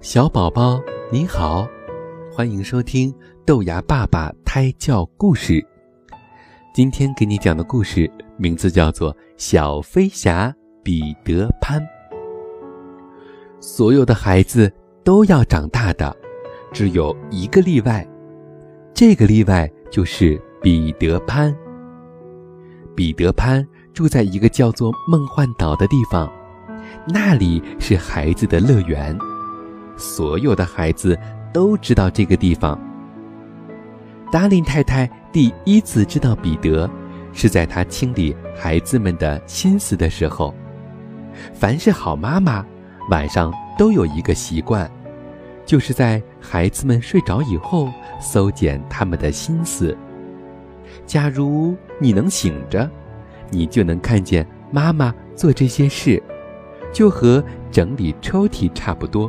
小宝宝你好，欢迎收听豆芽爸爸胎教故事。今天给你讲的故事名字叫做小飞侠彼得潘。所有的孩子都要长大的，只有一个例外，这个例外就是彼得潘。彼得潘住在一个叫做梦幻岛的地方，那里是孩子的乐园，所有的孩子都知道这个地方。达琳太太第一次知道彼得，是在她清理孩子们的心思的时候。凡是好妈妈，晚上都有一个习惯，就是在孩子们睡着以后，搜检他们的心思。假如你能醒着，你就能看见妈妈做这些事，就和整理抽屉差不多。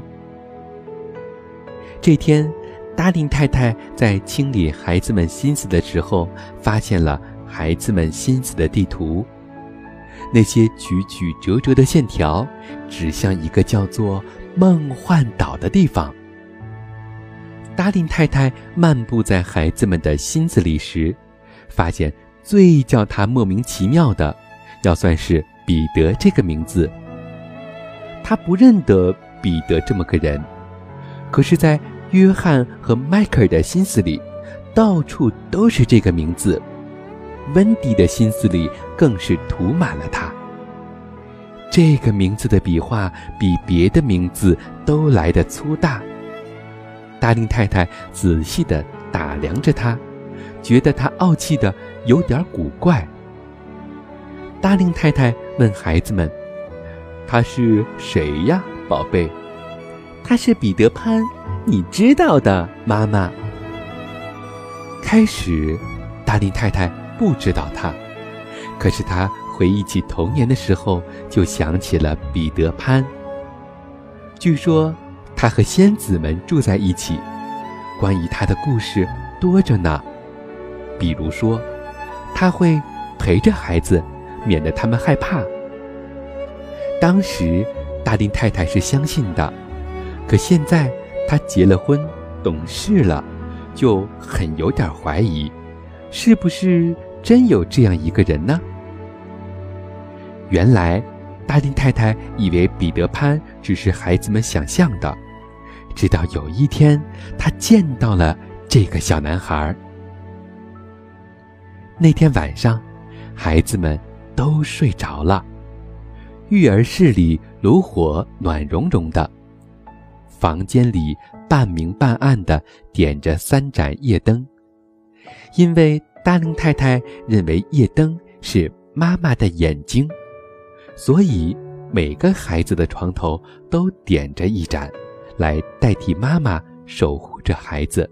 这天，达琳太太在清理孩子们心思的时候，发现了孩子们心思的地图。那些曲曲折折的线条指向一个叫做梦幻岛的地方。达琳太太漫步在孩子们的心思里时，发现最叫她莫名其妙的，要算是彼得这个名字。她不认得彼得这么个人，可是在约翰和迈克尔的心思里，到处都是这个名字。温迪的心思里更是涂满了它。这个名字的笔画比别的名字都来得粗大。达琳太太仔细地打量着它，觉得它傲气得有点古怪。达琳太太问孩子们：“他是谁呀，宝贝？”“他是彼得潘，你知道的，妈妈。”开始，达琳太太不知道他，可是她回忆起童年的时候，就想起了彼得潘。据说他和仙子们住在一起，关于他的故事多着呢。比如说，他会陪着孩子，免得他们害怕。当时达琳太太是相信的，可现在她结了婚，懂事了，就很有点怀疑，是不是真有这样一个人呢？原来达琳太太以为彼得潘只是孩子们想象的，直到有一天她见到了这个小男孩。那天晚上，孩子们都睡着了，育儿室里炉火暖融融的，房间里半明半暗地点着3盏夜灯。因为达琳太太认为夜灯是妈妈的眼睛，所以每个孩子的床头都点着一盏，来代替妈妈守护着孩子。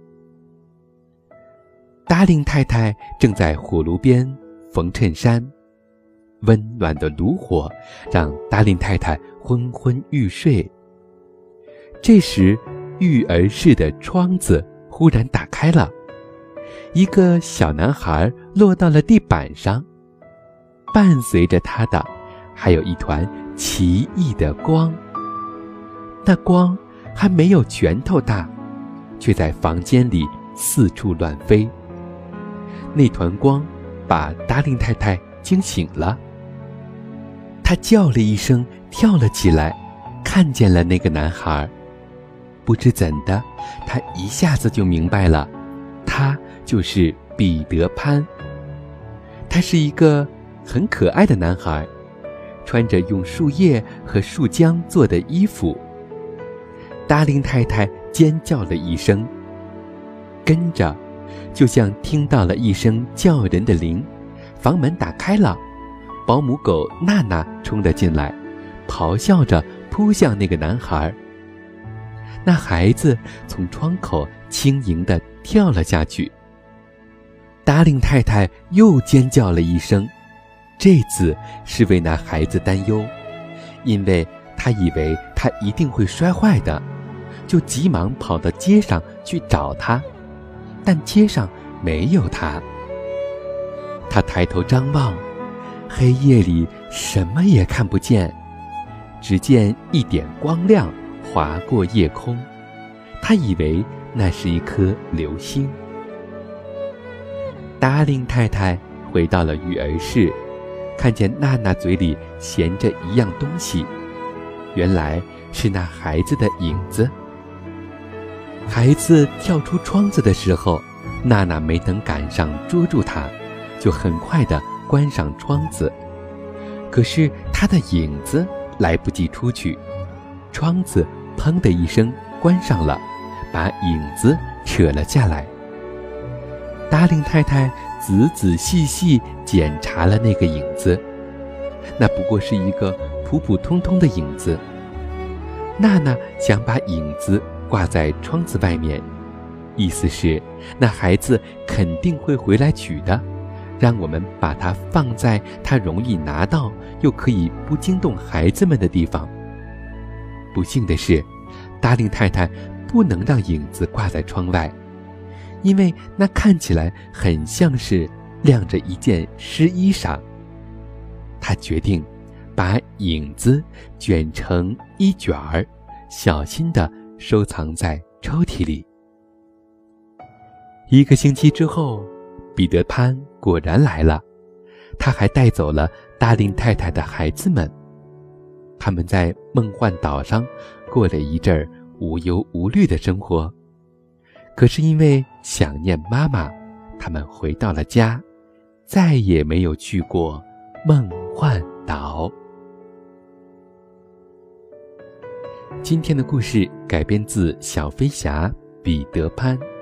达琳太太正在火炉边缝衬衫，温暖的炉火让达琳太太昏昏欲睡。这时，育儿室的窗子忽然打开了，一个小男孩落到了地板上，伴随着他的还有一团奇异的光。那光还没有拳头大，却在房间里四处乱飞。那团光把达琳太太惊醒了，她叫了一声，跳了起来，看见了那个男孩。不知怎的，她一下子就明白了，他就是彼得潘。他是一个很可爱的男孩，穿着用树叶和树浆做的衣服。达琳太太尖叫了一声，跟着就像听到了一声叫人的铃，房门打开了，保姆狗娜娜冲了进来，咆哮着扑向那个男孩。那孩子从窗口轻盈地跳了下去。达琳太太又尖叫了一声，这次是为那孩子担忧，因为她以为他一定会摔坏的，就急忙跑到街上去找他，但街上没有他。她抬头张望，黑夜里什么也看不见，只见一点光亮划过夜空， 他以为那是一颗流星。达令太太回到了育儿室，看见娜娜嘴里衔着一样东西，原来是那孩子的影子。孩子跳出窗子的时候，娜娜没等赶上捉住他，就很快地关上窗子。可是他的影子来不及出去，窗子砰的一声关上了，把影子扯了下来。达令太太仔仔细细检查了那个影子，那不过是一个普普通通的影子。娜娜想把影子挂在窗子外面，意思是那孩子肯定会回来取的，让我们把它放在他容易拿到又可以不惊动孩子们的地方。不幸的是，达令太太不能让影子挂在窗外，因为那看起来很像是晾着一件湿衣裳。她决定把影子卷成一卷儿，小心地收藏在抽屉里。1个星期之后，彼得潘果然来了，他还带走了达令太太的孩子们。他们在梦幻岛上过了一阵儿无忧无虑的生活，可是因为想念妈妈，他们回到了家，再也没有去过梦幻岛。今天的故事改编自小飞侠彼得潘。